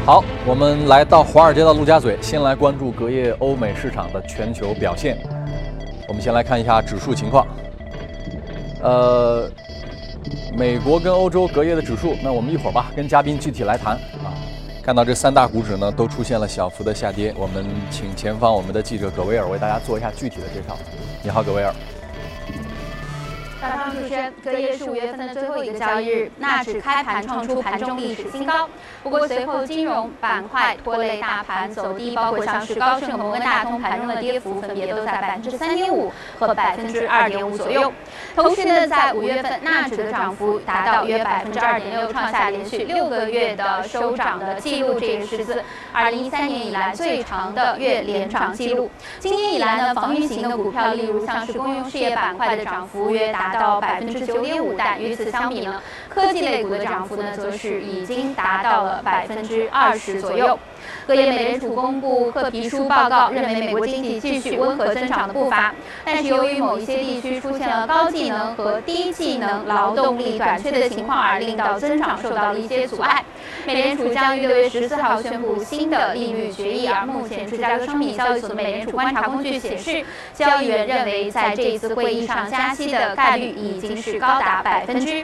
好，我们来到华尔街到陆家嘴，先来关注隔夜欧美市场的全球表现。我们先来看一下指数情况。美国跟欧洲隔夜的指数，那我们一会儿吧，跟嘉宾具体来谈啊。看到这三大股指呢，都出现了小幅的下跌。我们请前方我们的记者葛维尔为大家做一下具体的介绍。你好，葛维尔。 早上主持人，隔夜是5月份的最后一个交易日，纳指开盘创出盘中历史新高。不过随后金融板块拖累大盘走低，包括像是高盛和摩根大通盘中的跌幅分别都在3.5%和2.5%左右。同时呢，在5月份纳指的涨幅达到约2.6%，创下连续6个月的收涨的记录，这也是自2013年以来最长的月连涨记录。今年以来呢，防御型的股票，例如像是公用事业板块的涨幅约达到9.5%，但与此相比呢，科技类股的涨幅呢，则是已经达到了20%左右。隔夜美联储公布褐皮书报告，认为美国经济继续温和增长的步伐，但是由于某一些地区出现了高技能和低技能劳动力短缺的情况，而令到增长受到了一些阻碍。美联储将于6月14号宣布新的利率决议，而目前芝加哥商品交易所的美联储观察工具显示，交易员认为在这一次会议上加息的概率已经是高达86.5%。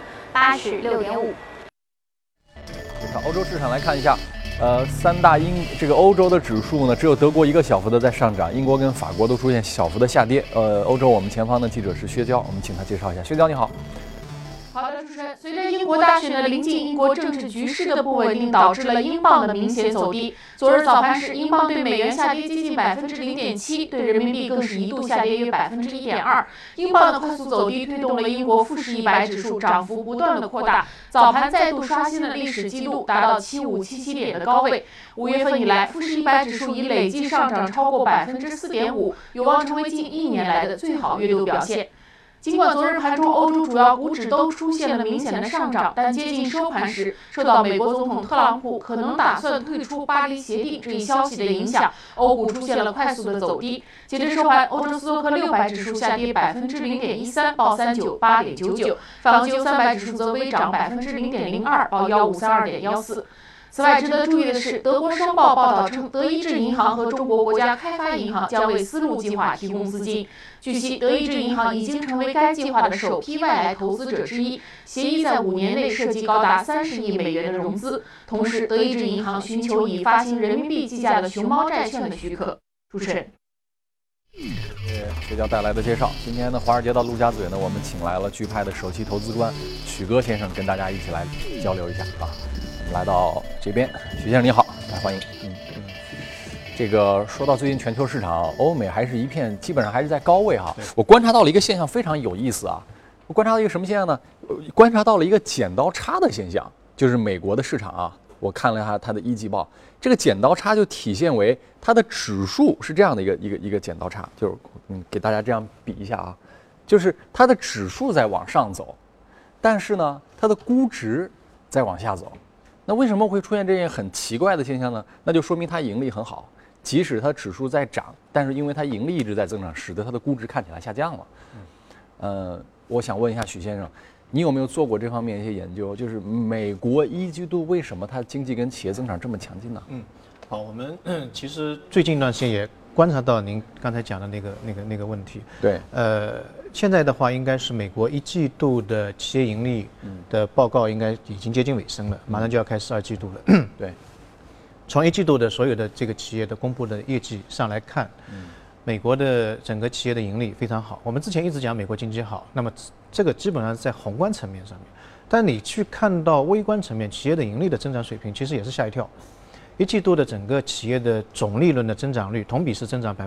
从欧洲市场来看一下。三大这个欧洲的指数呢，只有德国一个小幅的在上涨，英国跟法国都出现小幅的下跌。欧洲我们前方的记者是薛娇，我们请他介绍一下。薛娇你好。 好的，主持人。随着英国大选的临近，英国政治局势的不稳定导致了英镑的明显走低。昨日早盘时，英镑对美元下跌接近0.7%，对人民币更是一度下跌约1.2%。英镑的快速走低推动了英国富时100指数涨幅不断的扩大，早盘再度刷新了历史纪录，达到7577点的高位。5月份以来，富时100指数已累计上涨超过4.5%，有望成为近1年来的最好月度表现。尽管昨日盘中欧洲主要股指都出现了明显的上涨，但接近收盘时，受到美国总统特朗普可能打算退出巴黎协定这一消息的影响，欧股出现了快速的走低。截至收盘，欧洲斯托克600指数下跌0.13%，报398.99；法国欧300指数则微涨0.02%，报152.14。此外，值得注意的是，德国商报报道称，德意志银行和中国国家开发银行将为丝路计划提供资金。据悉，德意志银行已经成为该计划的首批外来投资者之一，协议在5年内涉及高达30亿美元的融资。同时，德意志银行寻求以发行人民币计价的熊猫债券的许可。主持人。 薛娇带来的介绍。今天呢，华尔街到陆家嘴呢，我们请来了钜派的首席投资官许戈先生，跟大家一起来交流一下啊。来到这边，许先生你好，来欢迎。这个说到最近全球市场，欧美还是一片，基本上还是在高位哈。我观察到了一个现象，非常有意思啊。我观察到一个什么现象呢？观察到了一个剪刀差的现象，就是美国的市场啊。我看了一下它的一季报，这个剪刀差就体现为它的指数是这样的一个剪刀差，就是给大家这样比一下啊，就是它的指数在往上走，但是呢，它的估值在往下走。那为什么会出现这样很奇怪的现象呢？那就说明它盈利很好，即使它指数在涨，但是因为它盈利一直在增长，使得它的估值看起来下降了。我想问一下许先生，你有没有做过这方面一些研究？就是美国一季度为什么它经济跟企业增长这么强劲呢？ 好，我们其实最近一段时间也观察到您刚才讲的那个问题。 对， 现在的话应该是美国一季度的企业盈利的报告应该已经接近尾声了，马上就要开始2季度了。 对，从 1季度的所有的这个企业的公布的业绩上来看，美国的整个企业的盈利非常好。我们之前一直讲美国经济好，那么这个基本上是在宏观层面上面，但你去看到微观层面，企业的盈利的增长水平其实也是吓一跳。1季度的整个企业的总利润的增长率同比是增长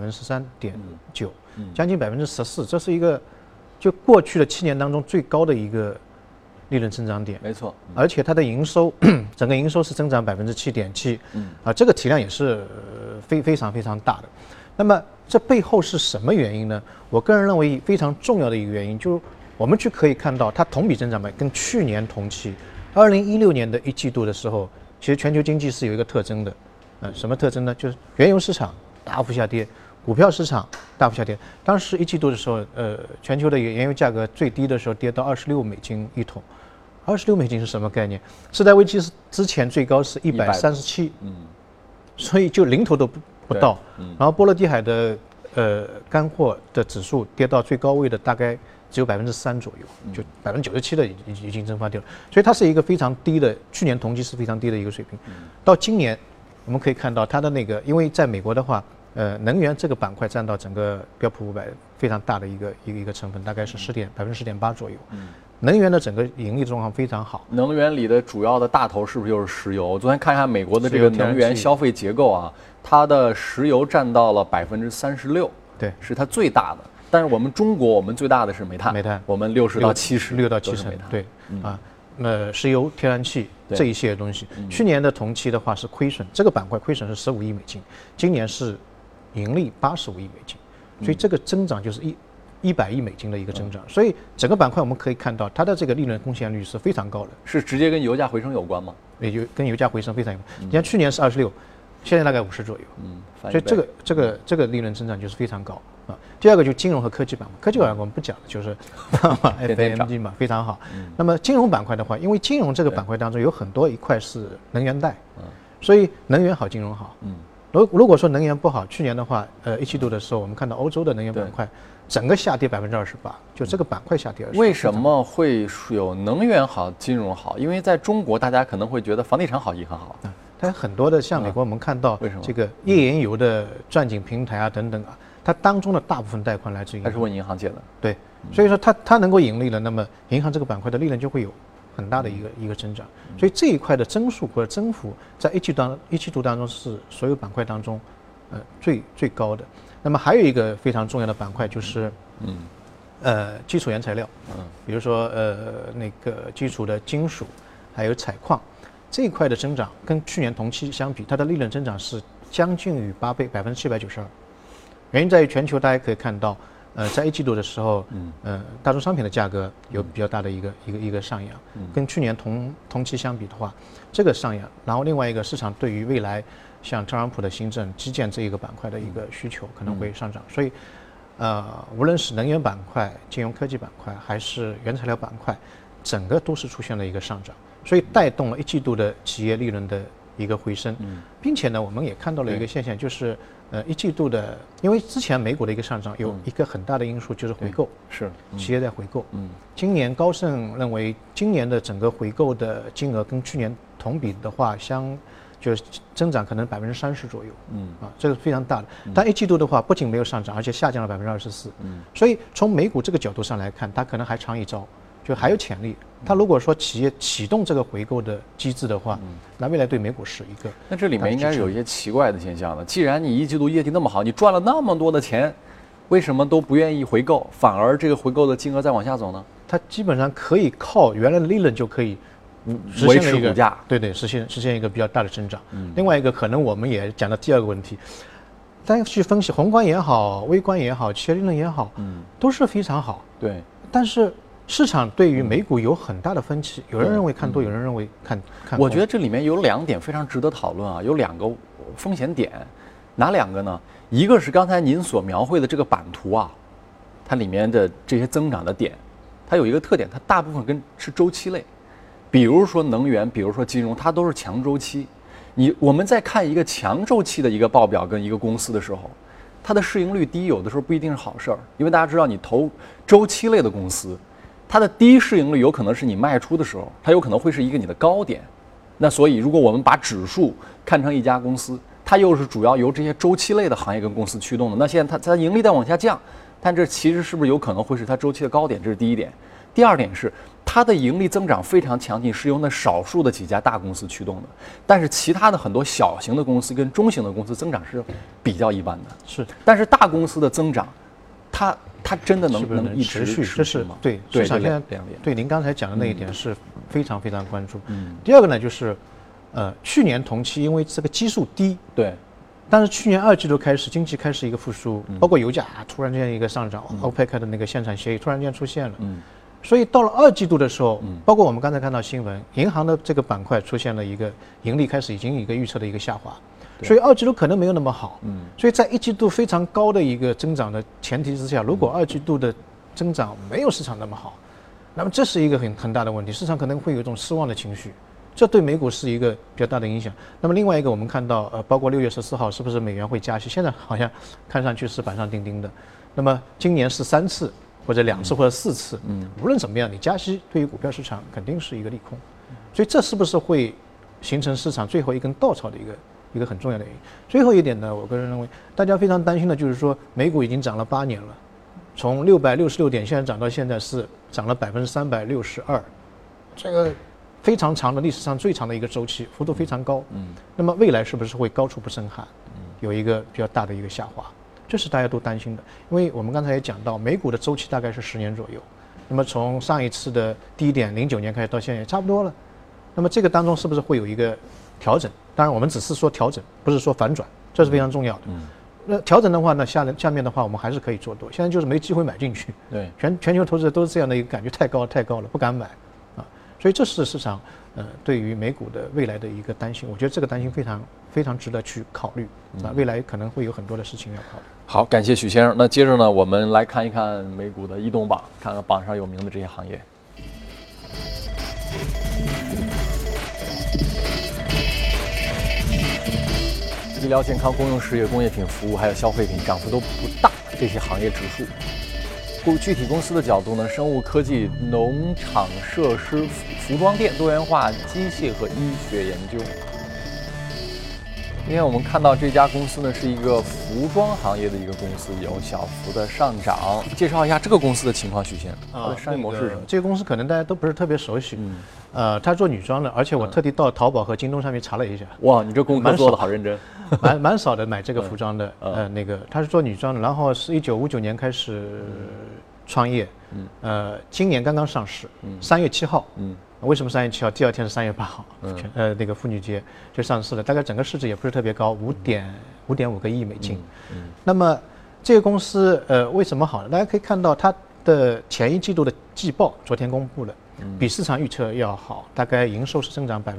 13.9%，将近14%，这是一个就过去的7年当中最高的一个利润增长点。 没错， 而且它的营收，整个营收是增长7.7%，这个体量也是非常大的。那么这背后是什么原因呢？我个人认为非常重要的一个原因就是我们可以看到它同比增长跟去年同期2016年的1季度的时候，其实全球经济是有一个特征的，什么特征呢？就是原油市场大幅下跌，股票市场大幅下跌。当时1季度的时候，全球的原油价格最低的时候跌到26美金一桶， 26美金是什么概念？次贷危机之前最高是137，所以就零头都不到。然后波罗的海的干货的指数跌到最高位的大概只有3%左右，就97%的已经蒸发掉了。所以它是一个非常低的，去年同期是非常低的一个水平。到今年我们可以看到它的那个，因为在美国的话，能源这个板块占到整个标普500非常大的一个成分，大概是10.8%左右。能源的整个盈利状况非常好。 能源里的主要的大头是不是就是石油？我昨天看看美国的这个能源消费结构啊，它的石油占到了36%， 对， 是它最大的。但是我们中国，我们最大的是煤炭，我们60到70%，6 到70%，对，石油、天然气这一些东西，去年的同期的话是亏损，这个板块亏损是15亿美金，今年是盈利85亿美金，所以这个增长就是100亿美金的一个增长，所以整个板块我们可以看到它的这个利润贡献率是非常高的。 是直接跟油价回升有关吗？ 也就跟油价回升非常有关。你看去年是26，现在大概50左右，所以这个利润增长就是非常高啊。第二个就是金融和科技板块，科技板块我们不讲了，就是 FAMG 嘛，非常好。那么金融板块的话，因为金融这个板块当中有很多一块是能源带，所以能源好，金融好。如果说能源不好，去年的话，一季度的时候，我们看到欧洲的能源板块整个下跌28%，就这个板块下跌20%。 为什么会有能源好、金融好？因为在中国，大家可能会觉得房地产好、银行好。 它很多的像美国，我们看到这个页岩油的钻井平台啊等等啊，它当中的大部分贷款来自于还是问银行借的。 对，所以说它能够盈利了，那么银行这个板块的利润就会有很大的一个增长，所以这一块的增速或者增幅在一季度当中是所有板块当中，最高的。那么还有一个非常重要的板块就是，基础原材料，比如说那个基础的金属，还有采矿这一块的增长，跟去年同期相比，它的利润增长是将近于8倍，792%。原因在于全球大家可以看到。在一季度的时候，大宗商品的价格有比较大的一个上扬，跟去年同期相比的话，这个上扬，然后另外一个市场对于未来像特朗普的新政基建这一个板块的一个需求可能会上涨，所以，无论是能源板块、金融科技板块还是原材料板块，整个都是出现了一个上涨，所以带动了一季度的企业利润的一个回升，并且呢，我们也看到了一个现象，就是一季度的，因为之前美股的一个上涨有一个很大的因素就是回购，是企业在回购。今年高盛认为今年的整个回购的金额跟去年同比的话就是增长可能30%左右，这个非常大的。但一季度的话，不仅没有上涨，而且下降了24%。所以从美股这个角度上来看，它可能还长一招。就还有潜力。它如果说企业启动这个回购的机制的话，那未来对美股是一个。 那这里面应该是有一些奇怪的现象的。既然你一季度业绩那么好，你赚了那么多的钱，为什么都不愿意回购，反而这个回购的金额再往下走呢？ 它基本上可以靠原来的利润就可以维持股价， 对，实现一个比较大的增长。另外一个可能我们也讲到第二个问题。大家去分析宏观也好，微观也好，企业利润也好，都是非常好。 对， 但是市场对于美股有很大的分歧，有人认为看多，有人认为看空。 我觉得这里面有2点非常值得讨论啊，有2个风险点，哪2个呢？一个是刚才您所描绘的这个版图啊，它里面的这些增长的点，它有一个特点，它大部分是周期类，比如说能源，比如说金融，它都是强周期。我们在看一个强周期的一个报表跟一个公司的时候，它的市盈率低，有的时候不一定是好事儿，因为大家知道，你投周期类的公司，它的低市盈率有可能是你卖出的时候，它有可能会是一个你的高点。那所以，如果我们把指数看成一家公司，它又是主要由这些周期类的行业跟公司驱动的，那现在它盈利在往下降，但这其实是不是有可能会是它周期的高点？这是第一点。第二点是，它的盈利增长非常强劲，是由那少数的几家大公司驱动的，但是其他的很多小型的公司跟中型的公司增长是比较一般的。 是， 但是大公司的增长，它真的能一直持续？这是对市场现在对您刚才讲的那一点是非常非常关注。第二个呢，就是去年同期因为这个基数低， 对， 但是去年2季度开始经济开始一个复苏，包括油价突然间一个上涨，OPEC 的那个限产协议突然间出现了，所以到了2季度的时候，包括我们刚才看到新闻，银行的这个板块出现了一个盈利开始已经一个预测的一个下滑，所以2季度可能没有那么好，所以在1季度非常高的一个增长的前提之下，如果2季度的增长没有市场那么好， 那么这是一个很大的问题，市场可能会有一种失望的情绪，这对美股是一个比较大的影响。那么另外一个，我们看到包括6月14号是不是美元会加息，现在好像看上去是板上钉钉的。那么今年是3次或者2次或者4次，无论怎么样，你加息对于股票市场肯定是一个利空，所以这是不是会形成市场最后一根稻草的一个很重要的原因？最后一点呢，我个人认为大家非常担心的就是说，美股已经涨了8年了。从666点现在涨到现在是涨了362%，这个非常长的历史上最长的一个周期，幅度非常高。那么未来是不是会高处不胜寒，有一个比较大的一个下滑？这是大家都担心的，因为我们刚才也讲到，美股的周期大概是10年左右。那么从上一次的低点09年开始到现在也差不多了。那么这个当中是不是会有一个调整？当然我们只是说调整，不是说反转，这是非常重要的。那调整的话呢，下面的话我们还是可以做多，现在就是没机会买进去。 对， 全球投资者都是这样的一个感觉，太高了，不敢买啊。所以这是市场对于美股的未来的一个担心，我觉得这个担心非常值得去考虑啊。未来可能会有很多的事情要考虑。 好，感谢许先生。那接着呢，我们来看一看美股的异动榜，看看榜上有名的这些行业。医疗健康、公用事业、工业品服务还有消费品涨幅都不大，这些行业指数。具体公司的角度呢，生物科技、农场设施、服装店、多元化机械和医学研究。今天我们看到这家公司呢是一个服装行业的一个公司，有小幅的上涨。介绍一下这个公司的情况，许先生，它的商业模式是什么？ 这个公司可能大家都不是特别熟悉。它做女装的，而且我特地到淘宝和京东上面查了一下。 哇，你这功课做得好认真。 蛮少的买这个服装的。那个它是做女装的，然后是1959年开始创业。今年刚刚上市，3月7号。为什么3月7号？第二天是3月8号，那个妇女节就上市了。大概整个市值也不是特别高，5.5个亿美金。那么这个公司为什么好呢？大家可以看到它的前一季度的季报昨天公布了，比市场预测要好，大概营收是增长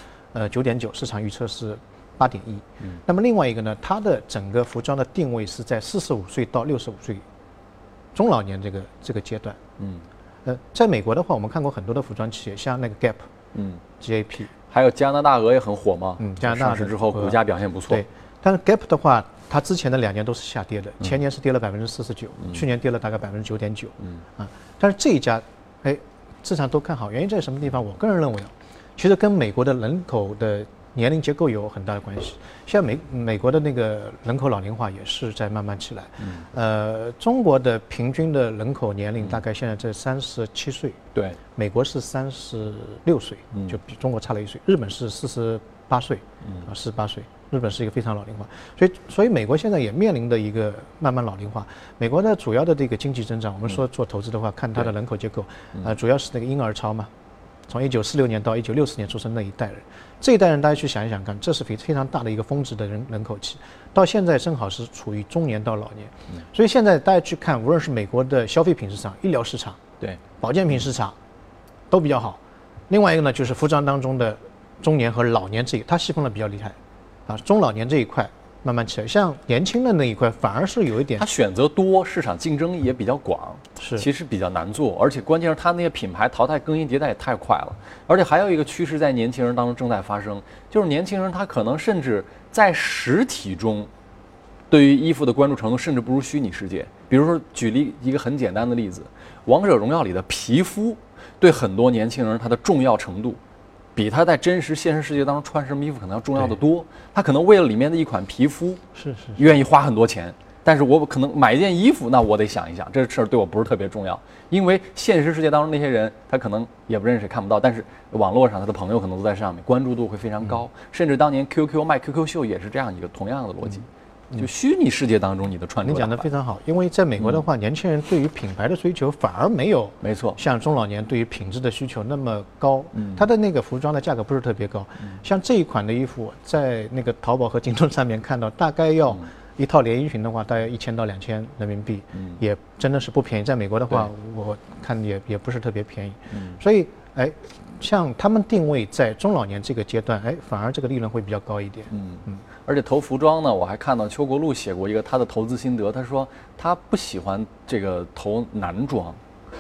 9.9%，市场预测是8.1%。那么另外一个呢，它的整个服装的定位是在45岁到65岁中老年这个阶段。在美国的话，我们看过很多的服装企业，像那个 Gap，GAP， 还有加拿大鹅也很火嘛。 加拿大上市之后股价表现不错。 对，但是 Gap 的话，它之前的2年都是下跌的，前年是跌了49%，去年跌了大概9.9%。但是这一家，市场都看好，原因在什么地方？我个人认为，其实跟美国的人口的年龄结构有很大的关系。像美国的那个人口老龄化也是在慢慢起来。中国的平均的人口年龄大概现在在37岁，对，美国是36岁，就比中国差了1岁。日本是48岁，48岁，日本是一个非常老龄化，所以美国现在也面临的一个慢慢老龄化。美国的主要的这个经济增长，我们说做投资的话，看它的人口结构，主要是那个婴儿潮嘛。从1946年到1964年出生那一代人，这一代人大家去想一想看，这是非常大的一个峰值的人口期，到现在正好是处于中年到老年。所以现在大家去看，无论是美国的消费品市场、医疗市场、对保健品市场，都比较好。另外一个呢，就是服装当中的中年和老年它细分的比较厉害，中老年这一块慢慢起来，像年轻的那一块反而是有一点， 它选择多，市场竞争也比较广，其实比较难做，而且关键是它那些品牌淘汰更新迭代也太快了，而且还有一个趋势在年轻人当中正在发生，就是年轻人他可能甚至在实体中，对于衣服的关注程度甚至不如虚拟世界。比如说举例一个很简单的例子，王者荣耀里的皮肤对很多年轻人他的重要程度，比他在真实现实世界当中穿什么衣服可能要重要的多。他可能为了里面的一款皮肤，愿意花很多钱。但是我可能买一件衣服，那我得想一想，这事儿对我不是特别重要，因为现实世界当中那些人，他可能也不认识，看不到，但是网络上他的朋友可能都在上面，关注度会非常高。甚至当年 QQ 卖 QQ 秀也是这样一个同样的逻辑。就虚拟世界当中你的穿着， 你讲的非常好，因为在美国的话，年轻人对于品牌的追求反而没有像中老年对于品质的需求那么高。它的那个服装的价格不是特别高，像这一款的衣服在那个淘宝和京东上面看到，大概要一套连衣裙的话，大概1000到2000人民币，也真的是不便宜。在美国的话，我看也不是特别便宜。所以像他们定位在中老年这个阶段，反而这个利润会比较高一点。 而且投服装呢，我还看到邱国禄写过一个他的投资心得，他说他不喜欢这个投男装，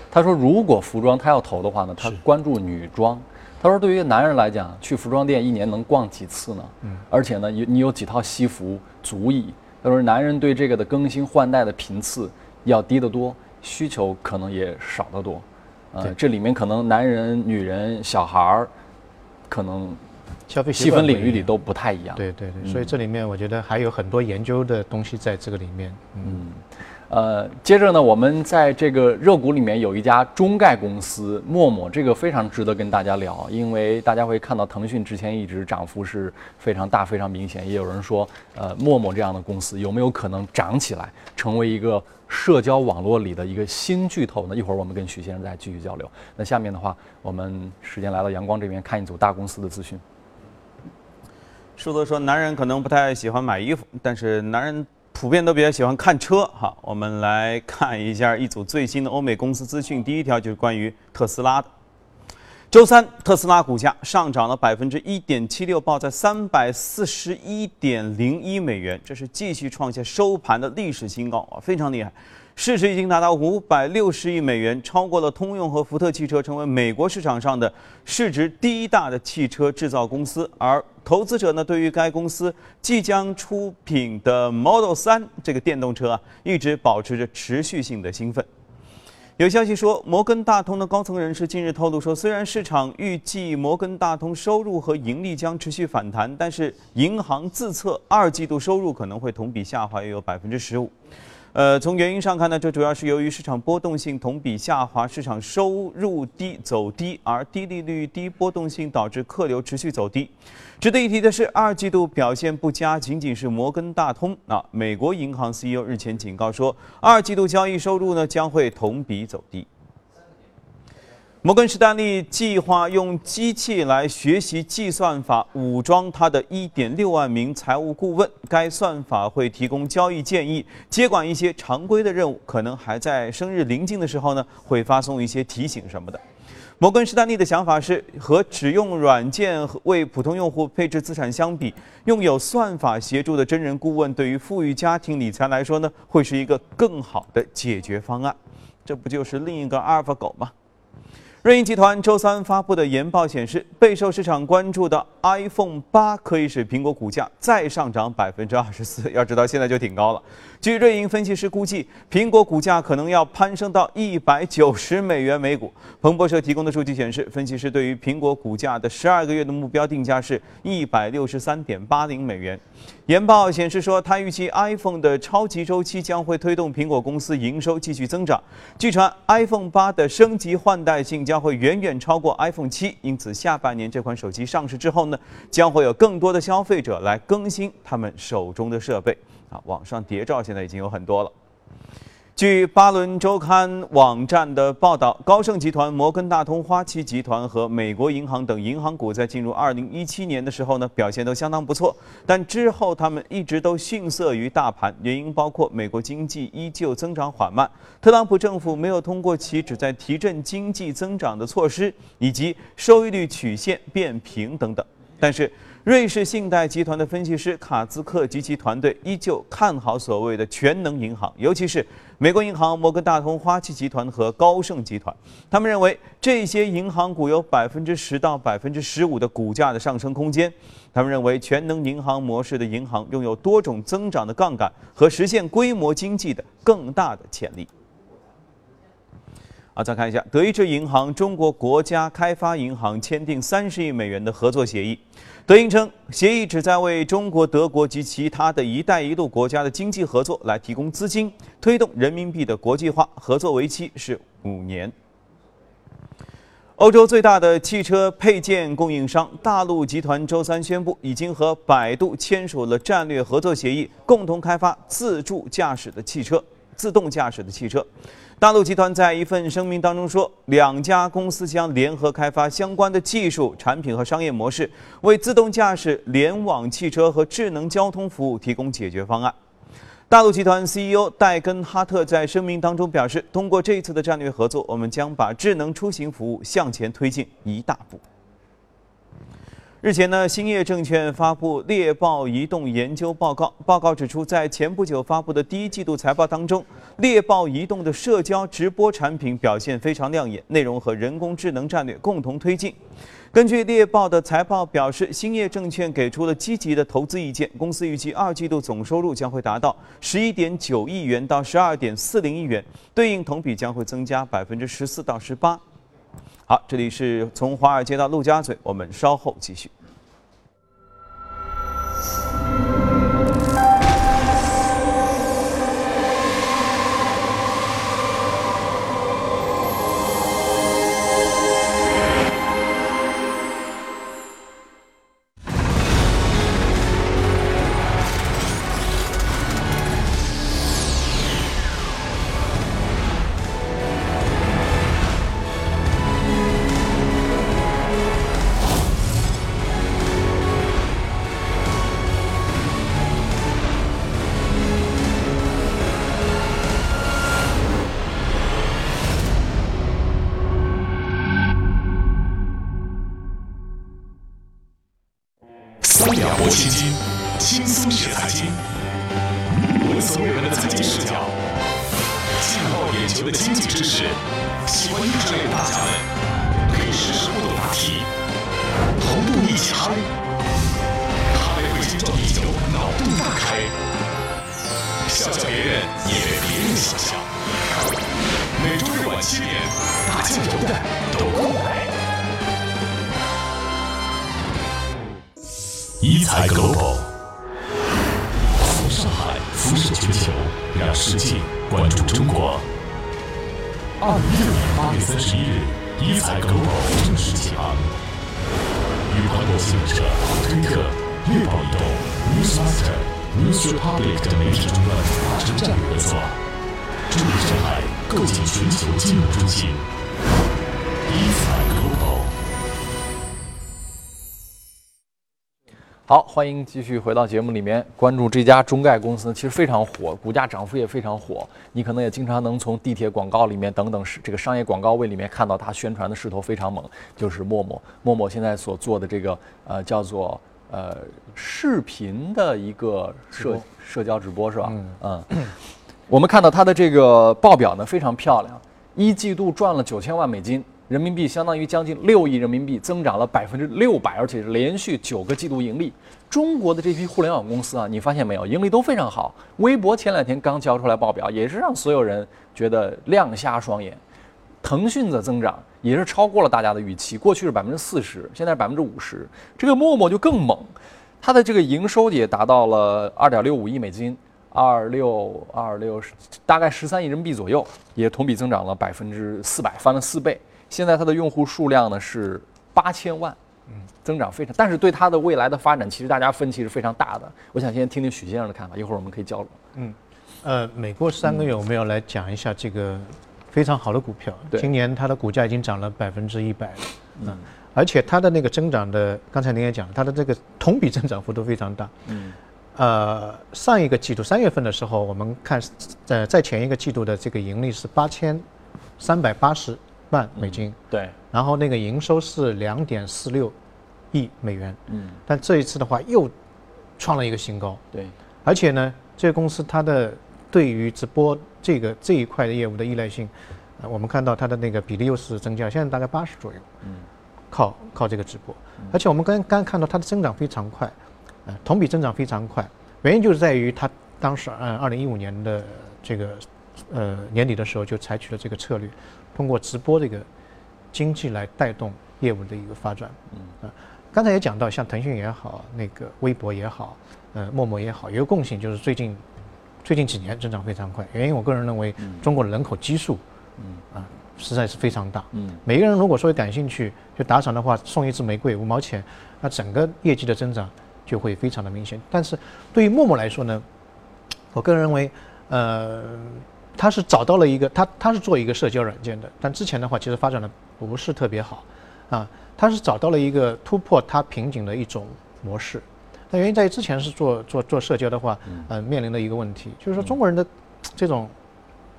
他说如果服装他要投的话呢，他关注女装。他说对于男人来讲，去服装店一年能逛几次呢？而且呢，你有几套西服足矣。他说男人对这个的更新换代的频次要低得多，需求可能也少得多。这里面可能男人、女人、小孩儿，可能消费细分领域里都不太一样。 对，所以这里面我觉得还有很多研究的东西在这个里面。 接着呢，我们在这个热股里面有一家中概公司陌陌，这个非常值得跟大家聊，因为大家会看到腾讯之前一直涨幅是非常大、非常明显。也有人说，陌陌这样的公司有没有可能涨起来，成为一个社交网络里的一个新巨头呢？一会儿我们跟许先生再继续交流。那下面的话，我们时间来到阳光这边看一组大公司的资讯。 树德说，男人可能不太喜欢买衣服，但是男人普遍都比较喜欢看车哈。我们来看一下一组最新的欧美公司资讯。第一条就是关于特斯拉的。周三，特斯拉股价上涨了1.76%，报在341.01美元，这是继续创下收盘的历史新高啊，非常厉害。市值已经达到560亿美元，超过了通用和福特汽车，成为美国市场上的市值第一大的汽车制造公司。而投资者呢，对于该公司即将出品的 Model 3这个电动车啊，一直保持着持续性的兴奋。有消息说，摩根大通的高层人士近日透露说，虽然市场预计摩根大通收入和盈利将持续反弹，但是银行自测2季度收入可能会同比下滑约有15%。从原因上看呢，这主要是由于市场波动性同比下滑，市场收入走低，而低利率、低波动性导致客流持续走低。值得一提的是，2季度表现不佳仅仅是摩根大通美国银行 CEO 日前警告说，2季度交易收入呢将会同比走低。摩根士丹利计划用机器来学习计算法，武装它的1.6万名财务顾问。该算法会提供交易建议，接管一些常规的任务，可能还在生日临近的时候呢，会发送一些提醒什么的。摩根士丹利的想法是，和只用软件为普通用户配置资产相比，拥有算法协助的真人顾问，对于富裕家庭理财来说呢，会是一个更好的解决方案。这不就是另一个阿尔法狗吗？瑞银集团周三发布的研报显示，备受市场关注的 iPhone 8可以使苹果股价再上涨24%。要知道现在就挺高了。据瑞银分析师估计，苹果股价可能要攀升到190美元每股。彭博社提供的数据显示，分析师对于苹果股价的12个月的目标定价是163.80美元。研报显示说，他预期 iPhone 的超级周期将会推动苹果公司营收继续增长。据传 ，iPhone 8的升级换代性将会远远超过 iPhone 7，因此下半年这款手机上市之后呢，将会有更多的消费者来更新他们手中的设备。网上谍照现在已经有很多了。据巴伦周刊网站的报道，高盛集团、摩根大通、花旗集团和美国银行等银行股在进入2017年的时候呢，表现都相当不错，但之后他们一直都逊色于大盘，原因包括美国经济依旧增长缓慢，特朗普政府没有通过其旨在提振经济增长的措施，以及收益率曲线变平等等。但是瑞士信贷集团的分析师卡兹克及其团队依旧看好所谓的全能银行，尤其是美国银行、摩根大通、花旗集团和高盛集团。他们认为这些银行股有10%到15%的股价的上升空间。他们认为全能银行模式的银行拥有多种增长的杠杆和实现规模经济的更大的潜力。再看一下，德意志银行、中国国家开发银行签订30亿美元的合作协议。德银称，协议旨在为中国、德国及其他的一带一路国家的经济合作来提供资金，推动人民币的国际化。合作为期是5年。欧洲最大的汽车配件供应商大陆集团周三宣布，已经和百度签署了战略合作协议，共同开发自动驾驶的汽车。大陆集团在一份声明当中说，2家公司将联合开发相关的技术、产品和商业模式，为自动驾驶、联网汽车和智能交通服务提供解决方案。大陆集团 CEO 戴根哈特在声明当中表示，通过这一次的战略合作，我们将把智能出行服务向前推进一大步。 日前呢，兴业证券发布猎豹移动研究报告。报告指出，在前不久发布的第一季度财报当中，猎豹移动的社交直播产品表现非常亮眼，内容和人工智能战略共同推进。根据猎豹的财报表示，兴业证券给出了积极的投资意见。公司预计2季度总收入将会达到11.9亿元到12.40亿元，对应同比将会增加14%到18%。好，这里是从华尔街到陆家嘴，我们稍后继续。 3秒博千金，轻松学财经，闻所未闻的财经视角，劲爆眼球的经济知识，喜欢应战类的大家们可以实时互动答题，同步一起嗨，哈雷会心撞地球，脑洞大开，笑笑别人也被别人笑笑。每周日晚7点，大酱油的都过来。一财 Global， 从上海辐射全球，让世界关注中国。2016年8月31日，一财 Global 正式启航，与韩国新闻社、推特、猎豹移动、Newsmaster、News Republic 等媒体终端达成战略合作，助力上海构建全球金融中心。一财 Global。 好，欢迎继续回到节目里面，关注这家中概公司，其实非常火，股价涨幅也非常火。你可能也经常能从地铁广告里面等等这个商业广告位里面看到它宣传的势头非常猛，就是陌陌。陌陌现在所做的这个叫做视频的一个社交直播是吧？我们看到它的这个报表呢非常漂亮，一季度赚了9000万美金。人民币相当于将近6亿人民币，增长了600%，而且是连续9个季度盈利。中国的这批互联网公司啊，你发现没有，盈利都非常好。微博前2天刚交出来报表，也是让所有人觉得亮瞎双眼。腾讯的增长也是超过了大家的预期，过去是40%，现在是50%。这个陌陌就更猛，它的这个营收也达到了2.65亿美金，26大概13亿人民币左右，也同比增长了400%，翻了4倍。现在它的用户数量呢是8000万，增长非常，但是对它的未来的发展，其实大家分歧是非常大的。我想先听听许先生的看法，一会儿我们可以交流。 每过3个月我们要来讲一下这个非常好的股票，今年它的股价已经涨了100%了，而且它的那个增长的，刚才您也讲了，它的这个同比增长幅度非常大。上一个季度3月份的时候，我们看在前一个季度的这个盈利是8380万美金， 对， 然后那个营收是2.46亿美元，但这一次的话又创了一个新高， 对， 而且呢，这个公司它的对于直播这一块的业务的依赖性，我们看到它的那个比例又是增加，现在大概80左右，靠这个直播，而且我们刚看到它的增长非常快，同比增长非常快，原因就是在于它当时2015年的这个年底的时候就采取了这个策略，通过直播这个经济来带动业务的一个发展。刚才也讲到，像腾讯也好，那个微博也好，陌陌也好，有一个共性就是最近几年增长非常快。原因我个人认为，中国的人口基数，实在是非常大。每个人如果说感兴趣，就打赏的话，送一支玫瑰5毛钱，那整个业绩的增长就会非常的明显。但是对于陌陌来说呢，我个人认为，他是找到了一个，他是做一个社交软件的，但之前的话其实发展的不是特别好，他是找到了一个突破他瓶颈的一种模式。那原因在于之前是做社交的话，面临的一个问题，就是说中国人的这种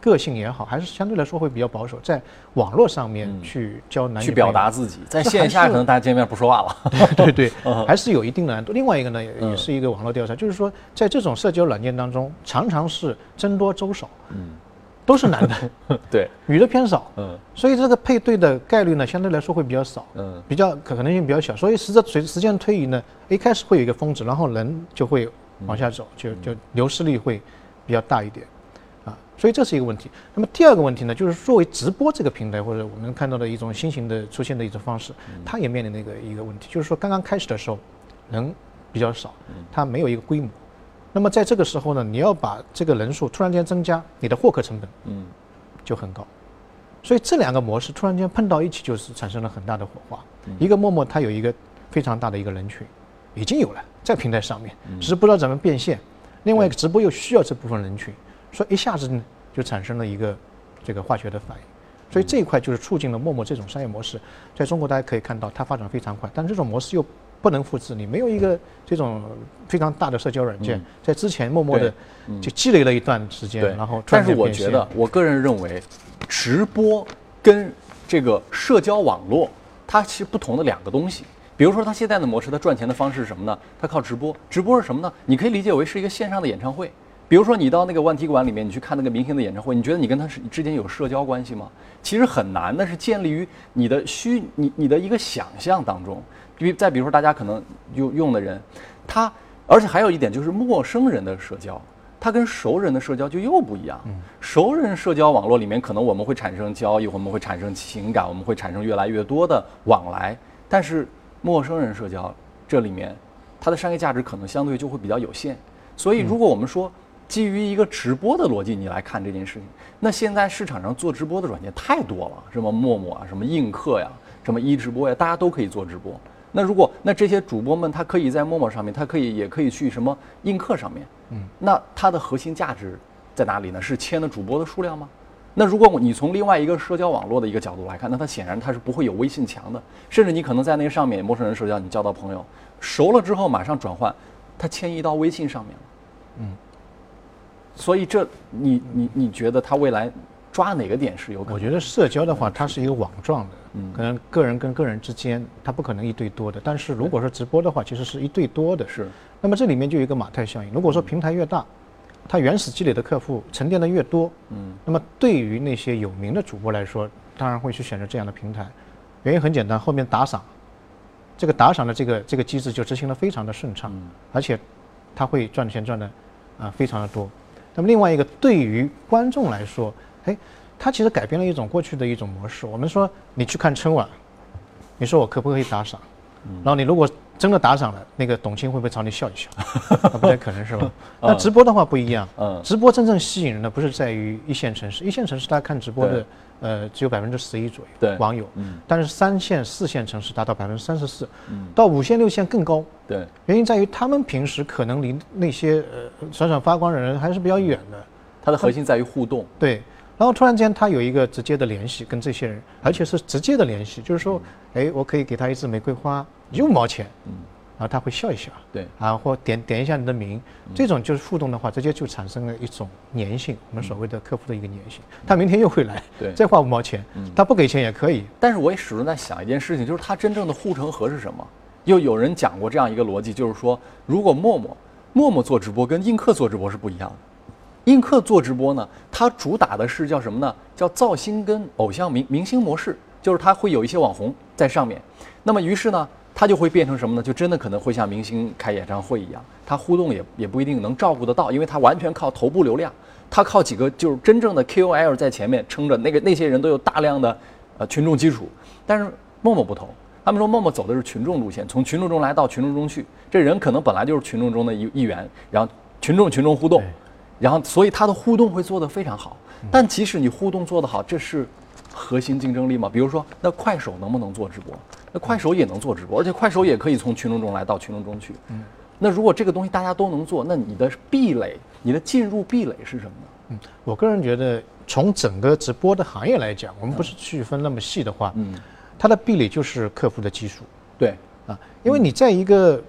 个性也好，还是相对来说会比较保守，在网络上面去交男女去表达自己，在线下可能大家见面不说话了。 对，还是有一定的难度。另外一个呢，也是一个网络调查，就是说在这种社交软件当中，常常是僧多粥少，都是男的， 对， 女的偏少，所以这个配对的概率呢，相对来说会比较少，比较可能性比较小。所以随时间推移呢，一开始会有一个峰值，然后人就会往下走，就流失率会比较大一点。所以这是一个问题。那么第二个问题呢，就是作为直播这个平台，或者我们看到的一种新型的出现的一种方式，它也面临一个问题，就是说刚刚开始的时候人比较少，它没有一个规模。那么在这个时候呢，你要把这个人数突然间增加，你的获客成本就很高。所以这两个模式突然间碰到一起，就是产生了很大的火花。一个陌陌它有一个非常大的一个人群，已经有了在平台上面，只是不知道怎么变现。另外一个直播又需要这部分人群。所以一下子呢就产生了一个这个化学的反应，所以这一块就是促进了陌陌这种商业模式，在中国大家可以看到它发展非常快，但这种模式又不能复制，你没有一个这种非常大的社交软件，在之前默默的就积累了一段时间，然后但是我觉得，我个人认为，直播跟这个社交网络它是不同的两个东西。比如说，它现在的模式，它赚钱的方式是什么呢？它靠直播，直播是什么呢？你可以理解为是一个线上的演唱会。比如说，你到那个万体馆里面，你去看那个明星的演唱会，你觉得你跟他之间有社交关系吗？其实很难的，是建立于你的你的一个想象当中。再比如说，大家可能用的人，而且还有一点就是陌生人的社交，它跟熟人的社交就又不一样。熟人社交网络里面，可能我们会产生交易，我们会产生情感，我们会产生越来越多的往来。但是陌生人社交这里面，它的商业价值可能相对就会比较有限。所以，如果我们说基于一个直播的逻辑，你来看这件事情，那现在市场上做直播的软件太多了，什么陌陌啊，什么映客呀，什么直播呀，大家都可以做直播。那这些主播们，他可以在陌陌上面，他也可以去什么映客上面，那它的核心价值在哪里呢？是签的主播的数量吗？那如果你从另外一个社交网络的一个角度来看，那它显然它是不会有微信强的，甚至你可能在那个上面陌生人社交，你交到朋友，熟了之后马上转换，它迁移到微信上面了，所以你觉得他未来抓哪个点是有可能？ 我觉得社交的话，它是一个网状的，可能个人跟个人之间，它不可能一对多的。但是如果说直播的话，其实是一对多的。 是。 那么这里面就有一个马太效应。如果说平台越大，它原始积累的客户沉淀的越多，那么对于那些有名的主播来说，当然会去选择这样的平台。原因很简单，后面打赏，这个打赏的这个机制就执行得非常的顺畅，而且他会赚钱赚的非常的多。那么另外一个，对于观众来说，它其实改变了一种过去的一种模式。我们说你去看春晚，你说我可不可以打赏？然后你如果真的打赏了，那个董卿会不会朝你笑一笑？不太可能是吧？那直播的话不一样，直播真正吸引人的不是在于一线城市，一线城市大家看直播的只有11%左右网友，但是3线、4线城市达到34%，到5线、6线更高。 对， 原因在于他们平时可能离那些闪闪发光的人还是比较远的。 它的核心在于互动。 对，然后突然间他有一个直接的联系跟这些人，而且是直接的联系，就是说，我可以给他一支玫瑰花，1毛钱，然后他会笑一笑， 对， 或点一下你的名，这种就是互动的话，直接就产生了一种粘性，我们所谓的客户的一个粘性，他明天又会来， 对， 再花5毛钱，他不给钱也可以。 但是我也始终在想一件事情，就是它真正的护城河是什么？又有人讲过这样一个逻辑，就是说，如果陌陌做直播跟映客做直播是不一样的。映客做直播呢，它主打的是叫什么呢？叫造星跟偶像明星模式，就是它会有一些网红在上面。那么于是呢，它就会变成什么呢？就真的可能会像明星开演唱会一样，它互动也不一定能照顾得到，因为它完全靠头部流量，它靠几个就是真正的 KOL 在前面撑着，那些人都有大量的群众基础。但是陌陌不同，他们说陌陌走的是群众路线，从群众中来到群众中去，这人可能本来就是群众中的一员，然后群众互动。然后，所以它的互动会做得非常好，但即使你互动做得好，这是核心竞争力吗？比如说，那快手能不能做直播？那快手也能做直播，而且快手也可以从群众中来到群众中去。那如果这个东西大家都能做，那你的壁垒，你的进入壁垒是什么呢？ 我个人觉得，从整个直播的行业来讲，我们不是区分那么细的话，它的壁垒就是客户的基数。 对因为你在一个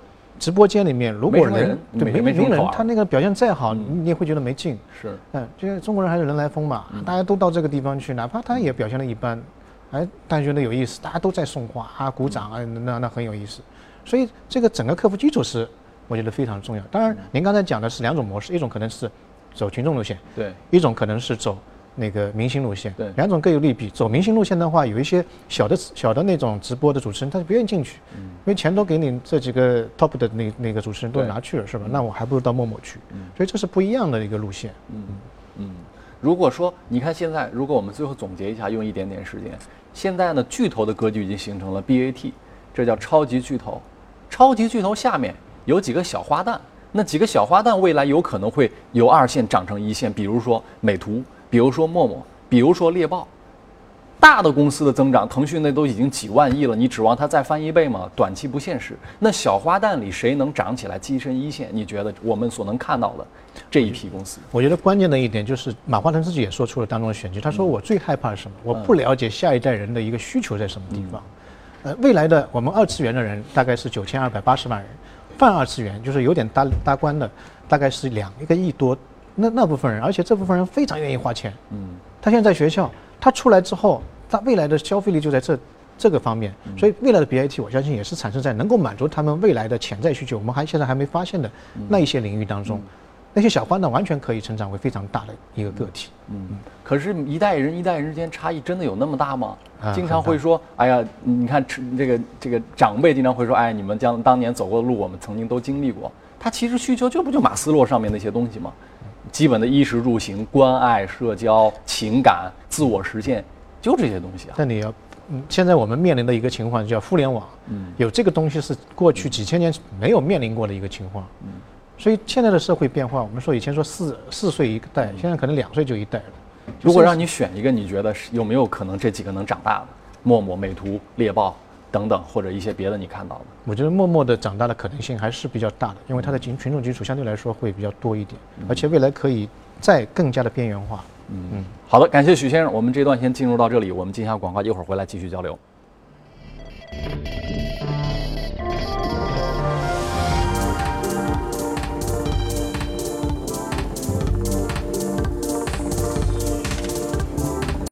直播间里面如果人对没人，他那个表现再好，你也会觉得没劲。 是， 就是中国人还是人来疯嘛，大家都到这个地方去，哪怕他也表现得一般，哎，大家觉得有意思，大家都在送花啊、鼓掌啊，那很有意思。所以这个整个客户基础是我觉得非常重要。当然，您刚才讲的是2种模式，一种可能是走群众路线， 对， 一种可能是走那个明星路线， 对 ，2种各有利弊。走明星路线的话，有一些小的那种直播的主持人，他不愿意进去，因为钱都给你这几个 top 的那个主持人都拿去了，是吧？那我还不如到陌陌去，所以这是不一样的一个路线。 如果说你看现在，如果我们最后总结一下，用一点点时间，现在呢，巨头的格局已经形成了 BAT， 这叫超级巨头。超级巨头下面有几个小花旦，那几个小花旦未来有可能会由2线长成1线，比如说美图，比如说陌陌，比如说猎豹。大的公司的增长，腾讯那都已经几万亿了，你指望它再翻1倍吗？短期不现实。那小花旦里谁能长起来跻身1线？你觉得我们所能看到的这一批公司？ 我觉得关键的一点就是马化腾自己也说出了当中的玄机，他说我最害怕什么？我不了解下一代人的一个需求在什么地方。未来的我们2次元的人大概是9280万人，泛2次元就是有点大关的，大概是2个亿多，那部分人，而且这部分人非常愿意花钱。他现在在学校，他出来之后，他未来的消费力就在这个方面，所以未来的 BAT 我相信也是产生在能够满足他们未来的潜在需求，我们现在还没发现的那一些领域当中。那些小花呢，完全可以成长为非常大的一个个体。 可是一代人之间差异真的有那么大吗？经常会说，哎呀，你看这个长辈经常会说，哎，你们当年走过的路，我们曾经都经历过。他其实需求就不就马斯洛上面那些东西吗？基本的衣食住行、关爱、社交、情感、自我实现，就这些东西啊。 但你要，现在我们面临的一个情况叫互联网，有这个东西是过去几千年没有面临过的一个情况。所以现在的社会变化，我们说以前说4岁一代，现在可能2岁就一代了。 如果让你选一个，你觉得有没有可能这几个能长大的？陌陌、美图、猎豹等等，或者一些别的你看到的？ 我觉得陌陌的长大的可能性还是比较大的，因为它的群众基础相对来说会比较多一点，而且未来可以再更加的边缘化。 好的，感谢许先生，我们这段先进入到这里，我们进一下广告，一会儿回来继续交流。